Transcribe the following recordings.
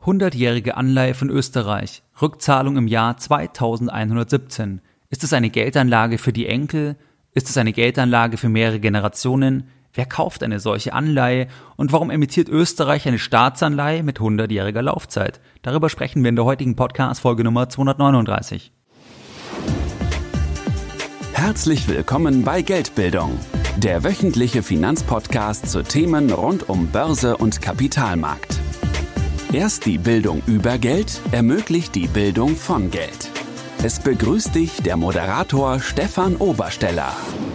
100-jährige Anleihe von Österreich, Rückzahlung im Jahr 2117. Ist es eine Geldanlage für die Enkel? Ist es eine Geldanlage für mehrere Generationen? Wer kauft eine solche Anleihe und warum emittiert Österreich eine Staatsanleihe mit 100-jähriger Laufzeit? Darüber sprechen wir in der heutigen Podcast-Folge Nummer 239. Herzlich willkommen bei Geldbildung, der wöchentliche Finanzpodcast zu Themen rund um Börse und Kapitalmarkt. Erst die Bildung über Geld ermöglicht die Bildung von Geld. Es begrüßt dich der Moderator Stefan Obersteller.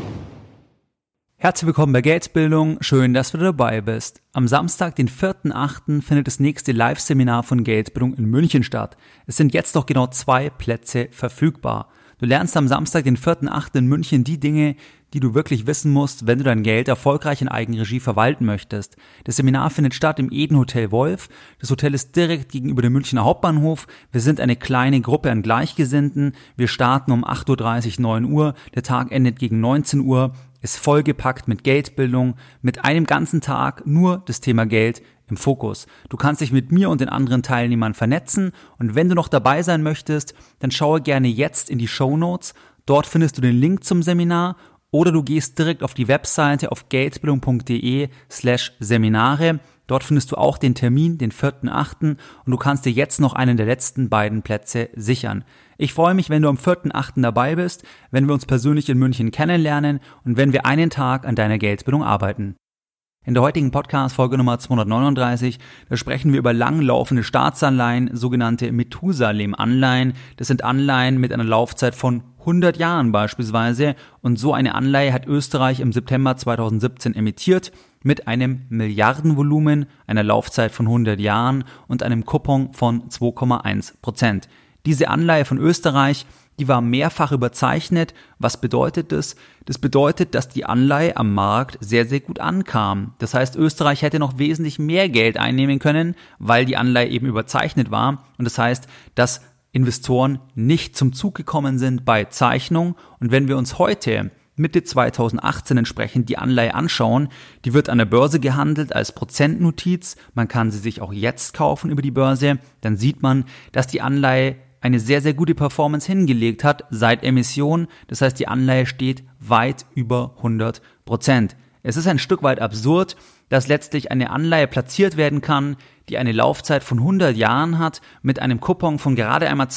Herzlich willkommen bei Geldbildung, schön, dass du dabei bist. Am Samstag, den 4.8. findet das nächste Live-Seminar von Geldbildung in München statt. Es sind jetzt noch genau 2 Plätze verfügbar. Du lernst am Samstag, den 4.8. in München die Dinge, die du wirklich wissen musst, wenn du dein Geld erfolgreich in Eigenregie verwalten möchtest. Das Seminar findet statt im Eden Hotel Wolf. Das Hotel ist direkt gegenüber dem Münchner Hauptbahnhof. Wir sind eine kleine Gruppe an Gleichgesinnten. Wir starten um 8.30 Uhr, 9 Uhr. Der Tag endet gegen 19 Uhr. Ist vollgepackt mit Geldbildung, mit einem ganzen Tag nur das Thema Geld im Fokus. Du kannst dich mit mir und den anderen Teilnehmern vernetzen und wenn du noch dabei sein möchtest, dann schaue gerne jetzt in die Shownotes. Dort findest du den Link zum Seminar oder du gehst direkt auf die Webseite auf geldbildung.de/Seminare. Dort findest du auch den Termin, den 4.8. und du kannst dir jetzt noch einen der letzten beiden Plätze sichern. Ich freue mich, wenn du am 4.8. dabei bist, wenn wir uns persönlich in München kennenlernen und wenn wir einen Tag an deiner Geldbildung arbeiten. In der heutigen Podcast-Folge Nummer 239, da sprechen wir über langlaufende Staatsanleihen, sogenannte Methusalem-Anleihen. Das sind Anleihen mit einer Laufzeit von 100 Jahren beispielsweise und so eine Anleihe hat Österreich im September 2017 emittiert mit einem Milliardenvolumen, einer Laufzeit von 100 Jahren und einem Coupon von 2,1%. Diese Anleihe von Österreich, die war mehrfach überzeichnet. Was bedeutet das? Das bedeutet, dass die Anleihe am Markt sehr, sehr gut ankam. Das heißt, Österreich hätte noch wesentlich mehr Geld einnehmen können, weil die Anleihe eben überzeichnet war. Und das heißt, dass Investoren nicht zum Zug gekommen sind bei Zeichnung. Und wenn wir uns heute Mitte 2018 entsprechend die Anleihe anschauen, die wird an der Börse gehandelt als Prozentnotiz. Man kann sie sich auch jetzt kaufen über die Börse. Dann sieht man, dass die Anleihe eine sehr, sehr gute Performance hingelegt hat seit Emission. Das heißt, die Anleihe steht weit über 100%. Es ist ein Stück weit absurd, dass letztlich eine Anleihe platziert werden kann, die eine Laufzeit von 100 Jahren hat, mit einem Coupon von gerade einmal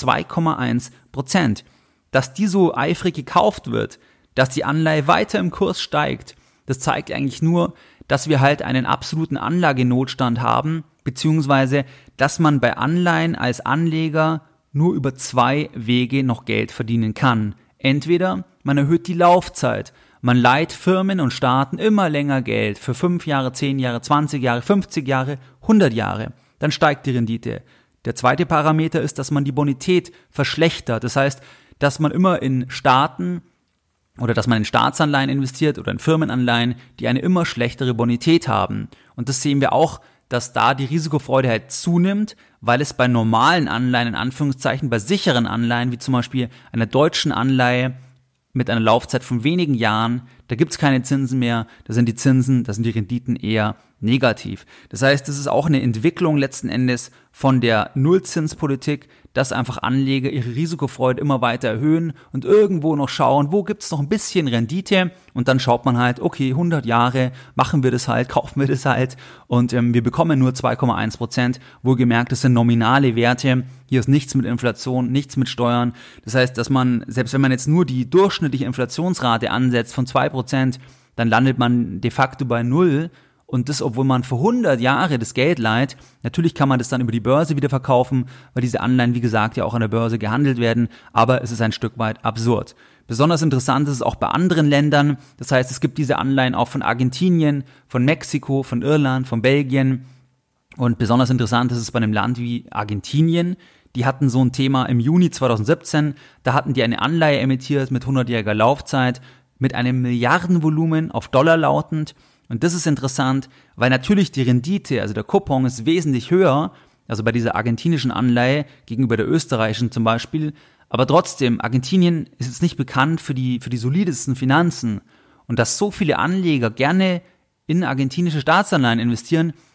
2,1%. Dass die so eifrig gekauft wird, dass die Anleihe weiter im Kurs steigt, das zeigt eigentlich nur, dass wir halt einen absoluten Anlagenotstand haben, beziehungsweise, dass man bei Anleihen als Anleger nur über 2 Wege noch Geld verdienen kann. Entweder man erhöht die Laufzeit, man leiht Firmen und Staaten immer länger Geld für 5 Jahre, 10 Jahre, 20 Jahre, 50 Jahre, 100 Jahre. Dann steigt die Rendite. Der zweite Parameter ist, dass man die Bonität verschlechtert. Das heißt, dass man immer in Staaten oder dass man in Staatsanleihen investiert oder in Firmenanleihen, die eine immer schlechtere Bonität haben. Und das sehen wir auch, dass da die Risikofreude halt zunimmt, weil es bei normalen Anleihen, in Anführungszeichen, bei sicheren Anleihen, wie zum Beispiel einer deutschen Anleihe mit einer Laufzeit von wenigen Jahren, da gibt's keine Zinsen mehr, da sind die Renditen eher negativ. Das heißt, das ist auch eine Entwicklung letzten Endes von der Nullzinspolitik, dass einfach Anleger ihre Risikofreude immer weiter erhöhen und irgendwo noch schauen, wo gibt's noch ein bisschen Rendite und dann schaut man halt, okay, 100 Jahre, machen wir das halt, kaufen wir das halt und wir bekommen nur 2,1%, wohlgemerkt, das sind nominale Werte, hier ist nichts mit Inflation, nichts mit Steuern, das heißt, dass man, selbst wenn man jetzt nur die durchschnittliche Inflationsrate ansetzt von 2%, dann landet man de facto bei 0. Und das, obwohl man für 100 Jahre das Geld leiht. Natürlich kann man das dann über die Börse wieder verkaufen, weil diese Anleihen, wie gesagt, ja auch an der Börse gehandelt werden. Aber es ist ein Stück weit absurd. Besonders interessant ist es auch bei anderen Ländern. Das heißt, es gibt diese Anleihen auch von Argentinien, von Mexiko, von Irland, von Belgien. Und besonders interessant ist es bei einem Land wie Argentinien. Die hatten so ein Thema im Juni 2017. Da hatten die eine Anleihe emittiert mit 100-jähriger Laufzeit, mit einem Milliardenvolumen auf Dollar lautend. Und das ist interessant, weil natürlich die Rendite, also der Coupon ist wesentlich höher, also bei dieser argentinischen Anleihe gegenüber der österreichischen zum Beispiel. Aber trotzdem, Argentinien ist jetzt nicht bekannt für die solidesten Finanzen. Und dass so viele Anleger gerne in argentinische Staatsanleihen investieren,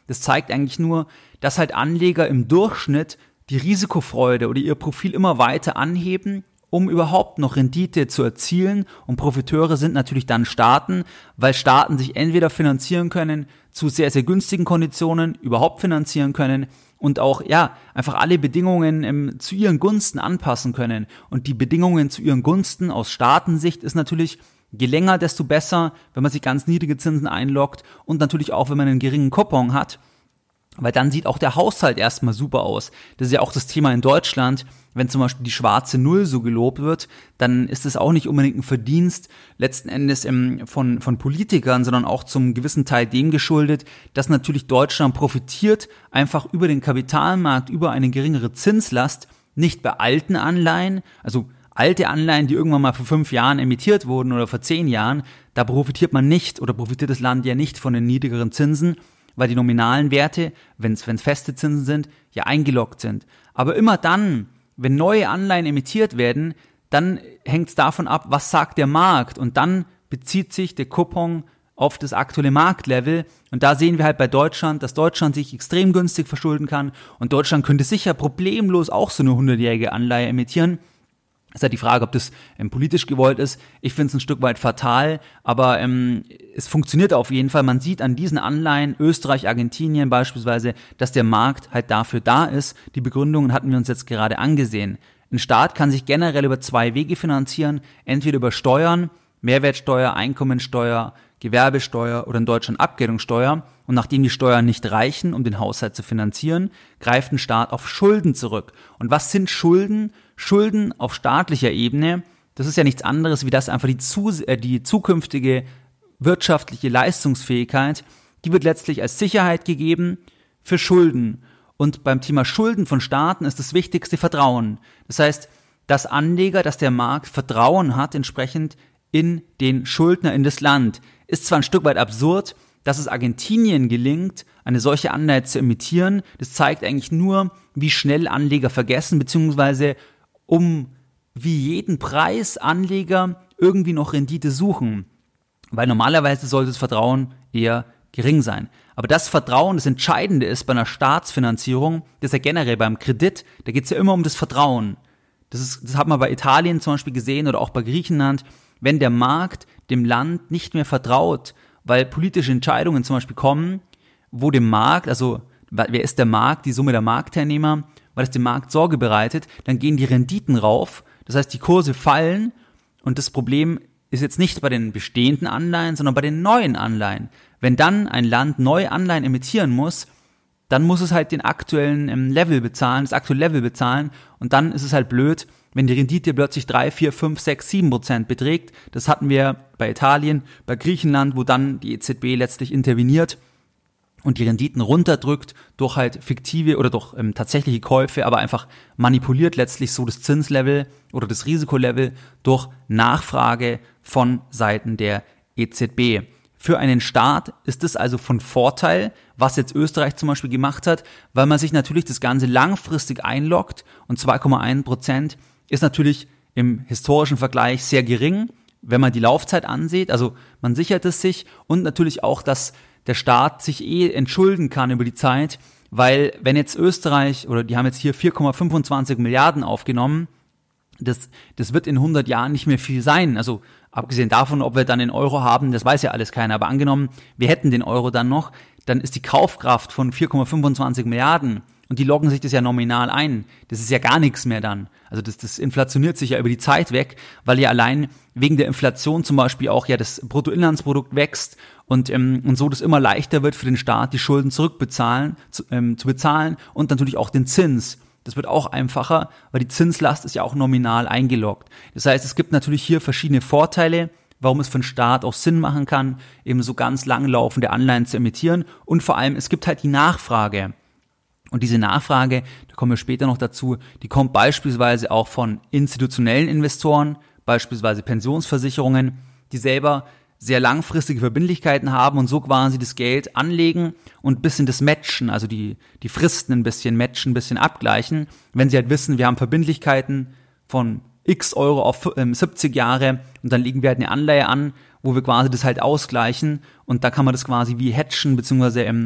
Das zeigt eigentlich nur, dass halt Anleger im Durchschnitt die Risikofreude oder ihr Profil immer weiter anheben, um überhaupt noch Rendite zu erzielen. Und Profiteure sind natürlich dann Staaten, weil Staaten sich entweder finanzieren können zu sehr, sehr günstigen Konditionen, überhaupt finanzieren können und auch, einfach alle Bedingungen zu ihren Gunsten anpassen können. Und die Bedingungen zu ihren Gunsten aus Staatensicht ist natürlich, je länger, desto besser, wenn man sich ganz niedrige Zinsen einloggt und natürlich auch, wenn man einen geringen Coupon hat, weil dann sieht auch der Haushalt erstmal super aus. Das ist ja auch das Thema in Deutschland. Wenn zum Beispiel die schwarze Null so gelobt wird, dann ist es auch nicht unbedingt ein Verdienst letzten Endes von Politikern, sondern auch zum gewissen Teil dem geschuldet, dass natürlich Deutschland profitiert, einfach über den Kapitalmarkt, über eine geringere Zinslast, nicht bei alten Anleihen, also alte Anleihen, die irgendwann mal vor 5 Jahren emittiert wurden oder vor 10 Jahren, da profitiert man nicht oder profitiert das Land ja nicht von den niedrigeren Zinsen, weil die nominalen Werte, wenn es feste Zinsen sind, ja eingeloggt sind. Aber immer dann, wenn neue Anleihen emittiert werden, dann hängt es davon ab, was sagt der Markt. Und dann bezieht sich der Coupon auf das aktuelle Marktlevel. Und da sehen wir halt bei Deutschland, dass Deutschland sich extrem günstig verschulden kann. Und Deutschland könnte sicher problemlos auch so eine 100-jährige Anleihe emittieren. Es ist halt die Frage, ob das politisch gewollt ist. Ich finde es ein Stück weit fatal, aber es funktioniert auf jeden Fall. Man sieht an diesen Anleihen, Österreich, Argentinien beispielsweise, dass der Markt halt dafür da ist. Die Begründungen hatten wir uns jetzt gerade angesehen. Ein Staat kann sich generell über 2 Wege finanzieren, entweder über Steuern, Mehrwertsteuer, Einkommensteuer, Gewerbesteuer oder in Deutschland Abgeltungssteuer. Und nachdem die Steuern nicht reichen, um den Haushalt zu finanzieren, greift ein Staat auf Schulden zurück. Und was sind Schulden? Schulden auf staatlicher Ebene, das ist ja nichts anderes, wie das einfach die zukünftige wirtschaftliche Leistungsfähigkeit, die wird letztlich als Sicherheit gegeben für Schulden. Und beim Thema Schulden von Staaten ist das Wichtigste Vertrauen. Das heißt, dass Anleger, dass der Markt Vertrauen hat, entsprechend in den Schuldner, in das Land. Ist zwar ein Stück weit absurd, dass es Argentinien gelingt, eine solche Anleihe zu emittieren. Das zeigt eigentlich nur, wie schnell Anleger vergessen, beziehungsweise wie jeden Preis Anleger irgendwie noch Rendite suchen. Weil normalerweise sollte das Vertrauen eher gering sein. Aber das Vertrauen, das Entscheidende ist bei einer Staatsfinanzierung, das ist ja generell beim Kredit, da geht es ja immer um das Vertrauen. Das hat man bei Italien zum Beispiel gesehen oder auch bei Griechenland. Wenn der Markt dem Land nicht mehr vertraut, weil politische Entscheidungen zum Beispiel kommen, wo dem Markt, also wer ist der Markt, die Summe der Marktteilnehmer, weil es dem Markt Sorge bereitet, dann gehen die Renditen rauf, das heißt die Kurse fallen und das Problem ist jetzt nicht bei den bestehenden Anleihen, sondern bei den neuen Anleihen. Wenn dann ein Land neue Anleihen emittieren muss, dann muss es halt den aktuellen Level bezahlen, das aktuelle Level bezahlen und dann ist es halt blöd, wenn die Rendite plötzlich 3, 4, 5, 6, 7% beträgt. Das hatten wir bei Italien, bei Griechenland, wo dann die EZB letztlich interveniert und die Renditen runterdrückt durch halt fiktive oder durch tatsächliche Käufe, aber einfach manipuliert letztlich so das Zinslevel oder das Risikolevel durch Nachfrage von Seiten der EZB. Für einen Staat ist es also von Vorteil, was jetzt Österreich zum Beispiel gemacht hat, weil man sich natürlich das Ganze langfristig einloggt und 2,1% ist natürlich im historischen Vergleich sehr gering, wenn man die Laufzeit ansieht, also man sichert es sich und natürlich auch, dass der Staat sich entschulden kann über die Zeit, weil wenn jetzt Österreich, oder die haben jetzt hier 4,25 Milliarden aufgenommen, das wird in 100 Jahren nicht mehr viel sein, also abgesehen davon, ob wir dann den Euro haben, das weiß ja alles keiner, aber angenommen, wir hätten den Euro dann noch, dann ist die Kaufkraft von 4,25 Milliarden und die loggen sich das ja nominal ein. Das ist ja gar nichts mehr dann. Also das inflationiert sich ja über die Zeit weg, weil ja allein wegen der Inflation zum Beispiel auch ja das Bruttoinlandsprodukt wächst und so das immer leichter wird für den Staat, die Schulden zu bezahlen und natürlich auch den Zins. Das wird auch einfacher, weil die Zinslast ist ja auch nominal eingeloggt. Das heißt, es gibt natürlich hier verschiedene Vorteile, warum es für den Staat auch Sinn machen kann, eben so ganz langlaufende Anleihen zu emittieren. Und vor allem, es gibt halt die Nachfrage. Und diese Nachfrage, da kommen wir später noch dazu, die kommt beispielsweise auch von institutionellen Investoren, beispielsweise Pensionsversicherungen, die selber sehr langfristige Verbindlichkeiten haben und so quasi das Geld anlegen und ein bisschen das matchen, also die Fristen ein bisschen matchen, ein bisschen abgleichen. Wenn sie halt wissen, wir haben Verbindlichkeiten von x Euro auf 70 Jahre und dann legen wir halt eine Anleihe an, wo wir quasi das halt ausgleichen und da kann man das quasi wie hatchen, beziehungsweise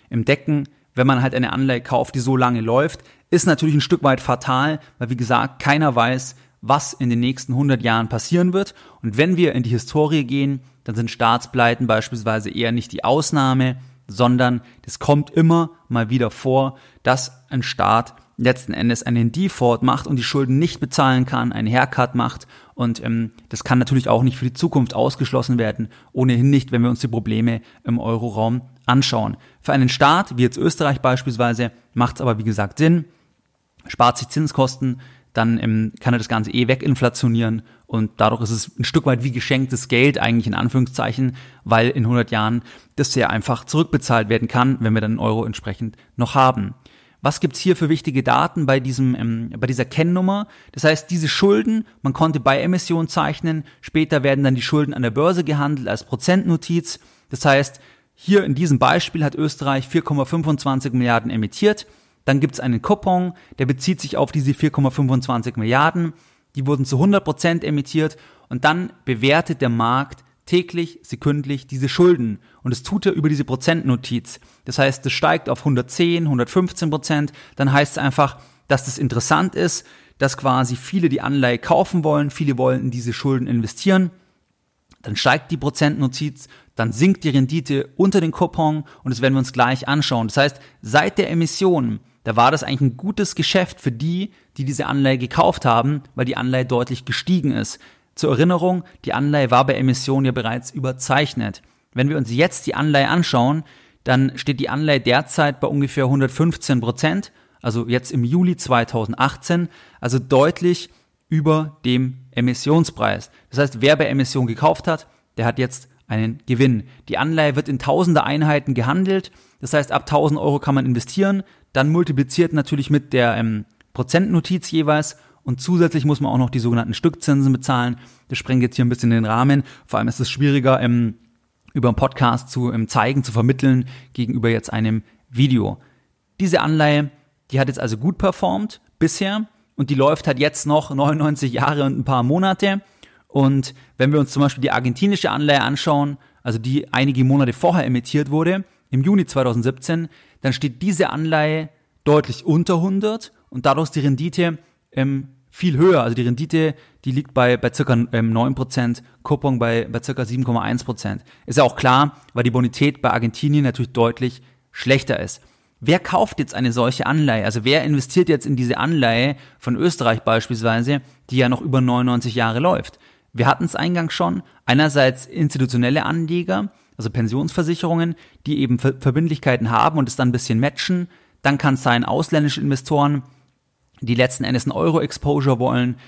Decken, wenn man halt eine Anleihe kauft, die so lange läuft, ist natürlich ein Stück weit fatal, weil wie gesagt, keiner weiß, was in den nächsten 100 Jahren passieren wird. Und wenn wir in die Historie gehen, dann sind Staatspleiten beispielsweise eher nicht die Ausnahme, sondern das kommt immer mal wieder vor, dass ein Staat letzten Endes einen Default macht und die Schulden nicht bezahlen kann, einen Haircut macht und das kann natürlich auch nicht für die Zukunft ausgeschlossen werden, ohnehin nicht, wenn wir uns die Probleme im Euroraum anschauen. Für einen Staat, wie jetzt Österreich beispielsweise, macht es aber wie gesagt Sinn, spart sich Zinskosten, dann kann er das Ganze weginflationieren und dadurch ist es ein Stück weit wie geschenktes Geld eigentlich in Anführungszeichen, weil in 100 Jahren das sehr einfach zurückbezahlt werden kann, wenn wir dann einen Euro entsprechend noch haben. Was gibt's hier für wichtige Daten bei dieser Kennnummer? Das heißt, diese Schulden, man konnte bei Emission zeichnen, später werden dann die Schulden an der Börse gehandelt als Prozentnotiz. Das heißt, hier in diesem Beispiel hat Österreich 4,25 Milliarden emittiert. Dann gibt's einen Coupon, der bezieht sich auf diese 4,25 Milliarden. Die wurden zu 100% emittiert und dann bewertet der Markt täglich, sekündlich diese Schulden. Und das tut er über diese Prozentnotiz. Das heißt, es steigt auf 110, 115%. Dann heißt es einfach, dass das interessant ist, dass quasi viele die Anleihe kaufen wollen, viele wollen in diese Schulden investieren. Dann steigt die Prozentnotiz, dann sinkt die Rendite unter den Coupon und das werden wir uns gleich anschauen. Das heißt, seit der Emission, da war das eigentlich ein gutes Geschäft für die diese Anleihe gekauft haben, weil die Anleihe deutlich gestiegen ist. Zur Erinnerung, die Anleihe war bei Emission ja bereits überzeichnet. Wenn wir uns jetzt die Anleihe anschauen, dann steht die Anleihe derzeit bei ungefähr 115%, also jetzt im Juli 2018, also deutlich über dem Emissionspreis. Das heißt, wer bei Emission gekauft hat, der hat jetzt einen Gewinn. Die Anleihe wird in tausende Einheiten gehandelt, das heißt, ab 1.000 Euro kann man investieren, dann multipliziert natürlich mit der Prozentnotiz jeweils und zusätzlich muss man auch noch die sogenannten Stückzinsen bezahlen. Das sprengt jetzt hier ein bisschen den Rahmen. Vor allem ist es schwieriger, über einen Podcast zu zeigen, zu vermitteln, gegenüber jetzt einem Video. Diese Anleihe, die hat jetzt also gut performt bisher und die läuft halt jetzt noch 99 Jahre und ein paar Monate. Und wenn wir uns zum Beispiel die argentinische Anleihe anschauen, also die einige Monate vorher emittiert wurde, im Juni 2017, dann steht diese Anleihe deutlich unter 100 und dadurch ist die Rendite viel höher. Also die Rendite, die liegt bei ca. 9%, Coupon bei ca. 7,1%. Ist ja auch klar, weil die Bonität bei Argentinien natürlich deutlich schlechter ist. Wer kauft jetzt eine solche Anleihe? Also wer investiert jetzt in diese Anleihe von Österreich beispielsweise, die ja noch über 99 Jahre läuft? Wir hatten es eingangs schon. Einerseits institutionelle Anleger, also Pensionsversicherungen, die eben Verbindlichkeiten haben und es dann ein bisschen matchen. Dann kann es sein ausländische Investoren, die letzten Endes ein Euro-Exposure wollen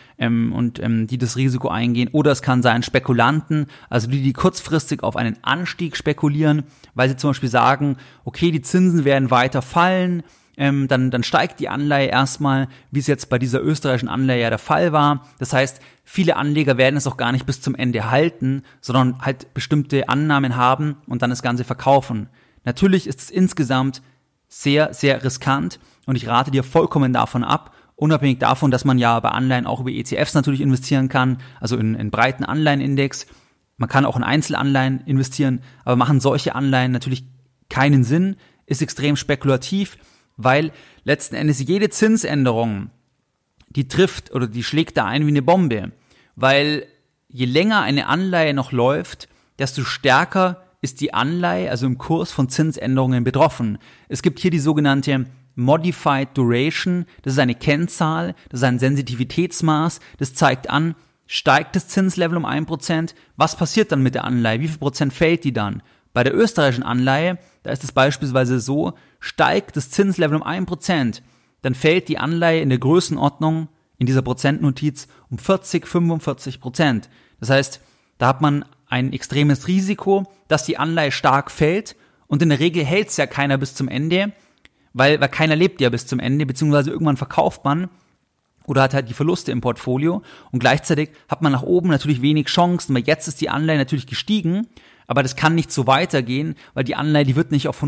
die das Risiko eingehen. Oder es kann sein Spekulanten, also die kurzfristig auf einen Anstieg spekulieren, weil sie zum Beispiel sagen, okay, die Zinsen werden weiter fallen, dann steigt die Anleihe erstmal, wie es jetzt bei dieser österreichischen Anleihe ja der Fall war. Das heißt, viele Anleger werden es auch gar nicht bis zum Ende halten, sondern halt bestimmte Annahmen haben und dann das Ganze verkaufen. Natürlich ist es insgesamt sehr, sehr riskant und ich rate dir vollkommen davon ab, unabhängig davon, dass man ja bei Anleihen auch über ETFs natürlich investieren kann, also in breiten Anleihenindex. Man kann auch in Einzelanleihen investieren, aber machen solche Anleihen natürlich keinen Sinn, ist extrem spekulativ, weil letzten Endes jede Zinsänderung, die trifft oder die schlägt da ein wie eine Bombe, weil je länger eine Anleihe noch läuft, desto stärker ist die Anleihe, also im Kurs von Zinsänderungen betroffen. Es gibt hier die sogenannte Modified Duration, das ist eine Kennzahl, das ist ein Sensitivitätsmaß, das zeigt an, steigt das Zinslevel um 1%, was passiert dann mit der Anleihe, wie viel Prozent fällt die dann? Bei der österreichischen Anleihe, da ist es beispielsweise so, steigt das Zinslevel um 1%, dann fällt die Anleihe in der Größenordnung in dieser Prozentnotiz um 40-45%. Das heißt, da hat man ein extremes Risiko, dass die Anleihe stark fällt und in der Regel hält es ja keiner bis zum Ende, weil keiner lebt ja bis zum Ende, beziehungsweise irgendwann verkauft man oder hat halt die Verluste im Portfolio und gleichzeitig hat man nach oben natürlich wenig Chancen, weil jetzt ist die Anleihe natürlich gestiegen, aber das kann nicht so weitergehen, weil die Anleihe, die wird nicht auf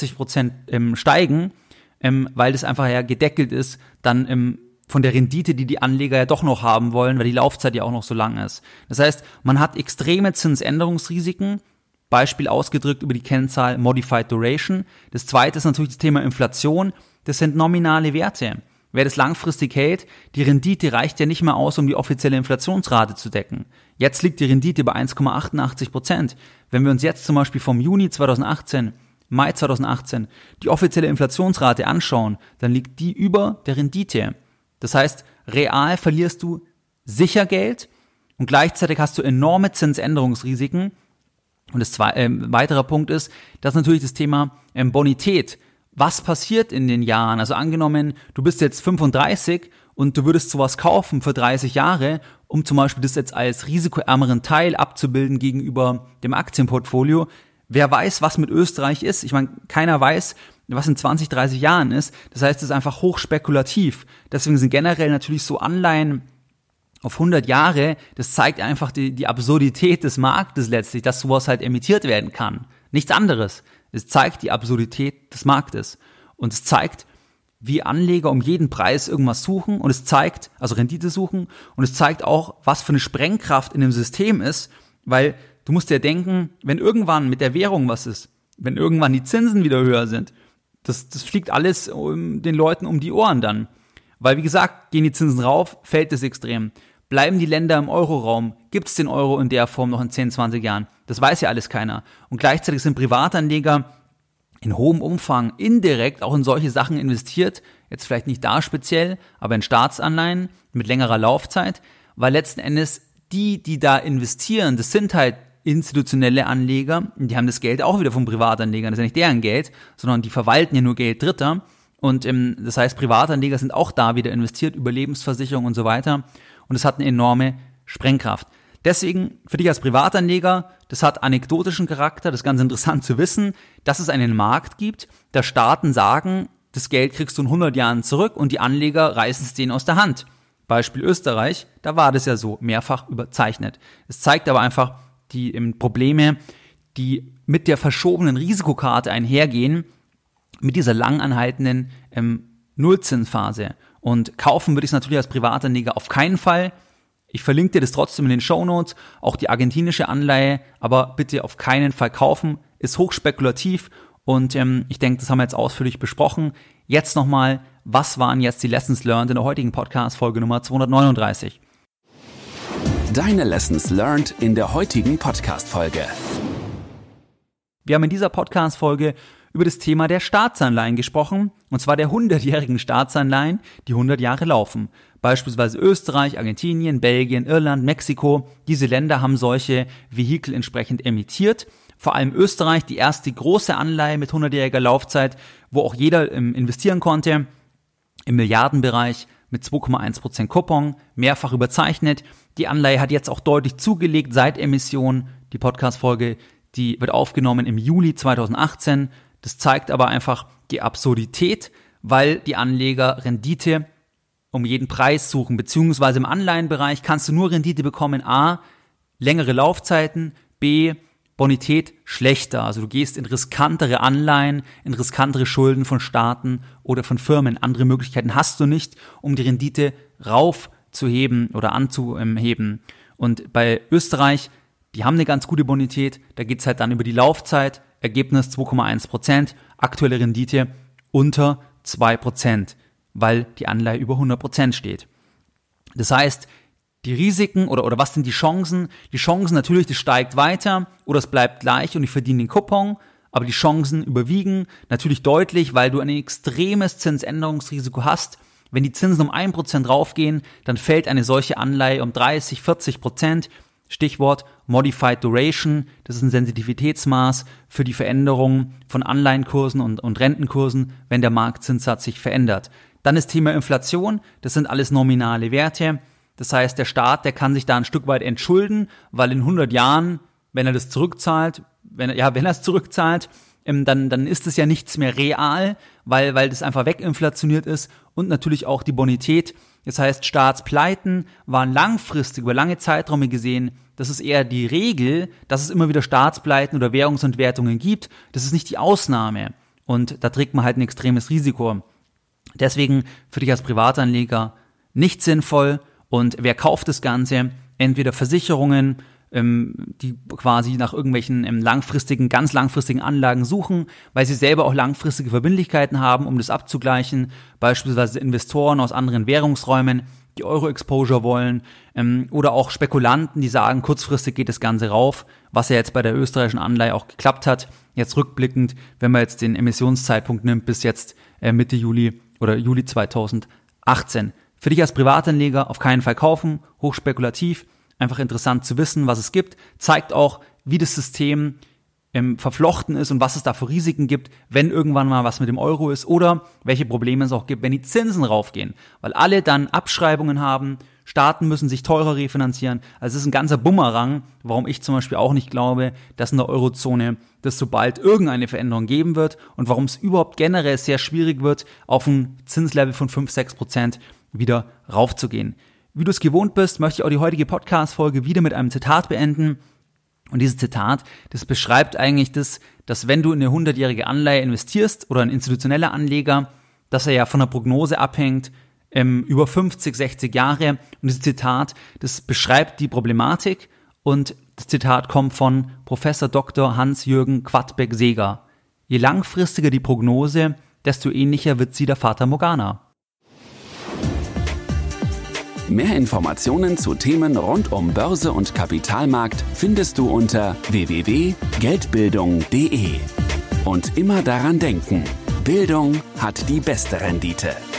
140% steigen, weil das einfach ja gedeckelt ist, dann von der Rendite, die die Anleger ja doch noch haben wollen, weil die Laufzeit ja auch noch so lang ist. Das heißt, man hat extreme Zinsänderungsrisiken Beispiel ausgedrückt über die Kennzahl Modified Duration. Das zweite ist natürlich das Thema Inflation. Das sind nominale Werte. Wer das langfristig hält, die Rendite reicht ja nicht mehr aus, um die offizielle Inflationsrate zu decken. Jetzt liegt die Rendite bei 1,88%. Wenn wir uns jetzt zum Beispiel vom Mai 2018 die offizielle Inflationsrate anschauen, dann liegt die über der Rendite. Das heißt, real verlierst du sicher Geld und gleichzeitig hast du enorme Zinsänderungsrisiken. Und das weiterer Punkt ist, dass natürlich das Thema Bonität. Was passiert in den Jahren? Also angenommen, du bist jetzt 35 und du würdest sowas kaufen für 30 Jahre, um zum Beispiel das jetzt als risikoärmeren Teil abzubilden gegenüber dem Aktienportfolio. Wer weiß, was mit Österreich ist? Ich meine, keiner weiß, was in 20, 30 Jahren ist. Das heißt, es ist einfach hochspekulativ. Deswegen sind generell natürlich so Anleihen auf 100 Jahre, das zeigt einfach die Absurdität des Marktes letztlich, dass sowas halt emittiert werden kann. Nichts anderes. Es zeigt die Absurdität des Marktes. Und es zeigt, wie Anleger um jeden Preis irgendwas suchen und es zeigt, also Rendite suchen, und es zeigt auch, was für eine Sprengkraft in dem System ist, weil du musst dir denken, wenn irgendwann mit der Währung was ist, wenn irgendwann die Zinsen wieder höher sind, das fliegt alles den Leuten um die Ohren dann. Weil, wie gesagt, gehen die Zinsen rauf, fällt es extrem. Bleiben die Länder im Euroraum? Gibt es den Euro in der Form noch in 10, 20 Jahren? Das weiß ja alles keiner. Und gleichzeitig sind Privatanleger in hohem Umfang indirekt auch in solche Sachen investiert, jetzt vielleicht nicht da speziell, aber in Staatsanleihen mit längerer Laufzeit, weil letzten Endes die da investieren, das sind halt institutionelle Anleger, die haben das Geld auch wieder von Privatanlegern, das ist ja nicht deren Geld, sondern die verwalten ja nur Geld Dritter. Und das heißt, Privatanleger sind auch da wieder investiert über Lebensversicherung und so weiter. Und es hat eine enorme Sprengkraft. Deswegen, für dich als Privatanleger, das hat anekdotischen Charakter, das ist ganz interessant zu wissen, dass es einen Markt gibt, da Staaten sagen, das Geld kriegst du in 100 Jahren zurück und die Anleger reißen es denen aus der Hand. Beispiel Österreich, da war das ja so, mehrfach überzeichnet. Es zeigt aber einfach die Probleme, die mit der verschobenen Risikokarte einhergehen, mit dieser lang anhaltenden Nullzinsphase. Und kaufen würde ich es natürlich als Privatanleger auf keinen Fall. Ich verlinke dir das trotzdem in den Shownotes, auch die argentinische Anleihe, aber bitte auf keinen Fall kaufen, ist hochspekulativ und ich denke, das haben wir jetzt ausführlich besprochen. Jetzt nochmal, was waren jetzt die Lessons learned in der heutigen Podcast-Folge Nummer 239? Deine Lessons learned in der heutigen Podcast-Folge. Wir haben in dieser Podcast-Folge über das Thema der Staatsanleihen gesprochen, und zwar der 100-jährigen Staatsanleihen, die 100 Jahre laufen. Beispielsweise Österreich, Argentinien, Belgien, Irland, Mexiko. Diese Länder haben solche Vehikel entsprechend emittiert. Vor allem Österreich, die erste große Anleihe mit 100-jähriger Laufzeit, wo auch jeder investieren konnte, im Milliardenbereich mit 2,1% Coupon, mehrfach überzeichnet. Die Anleihe hat jetzt auch deutlich zugelegt seit Emission. Die Podcast-Folge, die wird aufgenommen im Juli 2018. Das zeigt aber einfach die Absurdität, weil die Anleger Rendite um jeden Preis suchen, beziehungsweise im Anleihenbereich kannst du nur Rendite bekommen, a, längere Laufzeiten, b, Bonität schlechter. Also du gehst in riskantere Anleihen, in riskantere Schulden von Staaten oder von Firmen. Andere Möglichkeiten hast du nicht, um die Rendite raufzuheben oder anzuheben. Und bei Österreich, die haben eine ganz gute Bonität, da geht es halt dann über die Laufzeit, Ergebnis 2,1%, aktuelle Rendite unter 2%, weil die Anleihe über 100% steht. Das heißt, die Risiken oder was sind die Chancen? Die Chancen natürlich, das steigt weiter oder es bleibt gleich und ich verdiene den Coupon, aber die Chancen überwiegen natürlich deutlich, weil du ein extremes Zinsänderungsrisiko hast. Wenn die Zinsen um 1% raufgehen, dann fällt eine solche Anleihe um 30, 40%. Stichwort Modified Duration, das ist ein Sensitivitätsmaß für die Veränderung von Anleihenkursen und Rentenkursen, wenn der Marktzinssatz sich verändert. Dann das Thema Inflation, das sind alles nominale Werte. Das heißt, der Staat, der kann sich da ein Stück weit entschulden, weil in 100 Jahren, wenn er das zurückzahlt, wenn er es zurückzahlt, dann ist es ja nichts mehr real, weil das einfach weginflationiert ist und natürlich auch die Bonität. Das heißt, Staatspleiten waren langfristig, über lange Zeiträume gesehen, das ist eher die Regel, dass es immer wieder Staatspleiten oder Währungsentwertungen gibt. Das ist nicht die Ausnahme. Und da trägt man halt ein extremes Risiko. Deswegen für dich als Privatanleger nicht sinnvoll. Und wer kauft das Ganze? Entweder Versicherungen, die quasi nach irgendwelchen ganz langfristigen Anlagen suchen, weil sie selber auch langfristige Verbindlichkeiten haben, um das abzugleichen. Beispielsweise Investoren aus anderen Währungsräumen, die Euro-Exposure wollen, oder auch Spekulanten, die sagen, kurzfristig geht das Ganze rauf, was ja jetzt bei der österreichischen Anleihe auch geklappt hat. Jetzt rückblickend, wenn man jetzt den Emissionszeitpunkt nimmt, bis jetzt Mitte Juli oder Juli 2018. Für dich als Privatanleger auf keinen Fall kaufen, hochspekulativ, einfach interessant zu wissen, was es gibt, zeigt auch, wie das System verflochten ist und was es da für Risiken gibt, wenn irgendwann mal was mit dem Euro ist oder welche Probleme es auch gibt, wenn die Zinsen raufgehen, weil alle dann Abschreibungen haben, Staaten müssen sich teurer refinanzieren. Also es ist ein ganzer Bumerang, warum ich zum Beispiel auch nicht glaube, dass in der Eurozone das sobald irgendeine Veränderung geben wird und warum es überhaupt generell sehr schwierig wird, auf ein Zinslevel von 5-6% wieder raufzugehen. Wie du es gewohnt bist, möchte ich auch die heutige Podcast-Folge wieder mit einem Zitat beenden. Und dieses Zitat, das beschreibt eigentlich das, dass wenn du in eine 100-jährige Anleihe investierst oder ein institutioneller Anleger, dass er ja von der Prognose abhängt, über 50, 60 Jahre. Und dieses Zitat, das beschreibt die Problematik und das Zitat kommt von Professor Dr. Hans-Jürgen Quadbeck-Seeger. Je langfristiger die Prognose, desto ähnlicher wird sie der Fata Morgana. Mehr Informationen zu Themen rund um Börse und Kapitalmarkt findest du unter www.geldbildung.de. Und immer daran denken, Bildung hat die beste Rendite.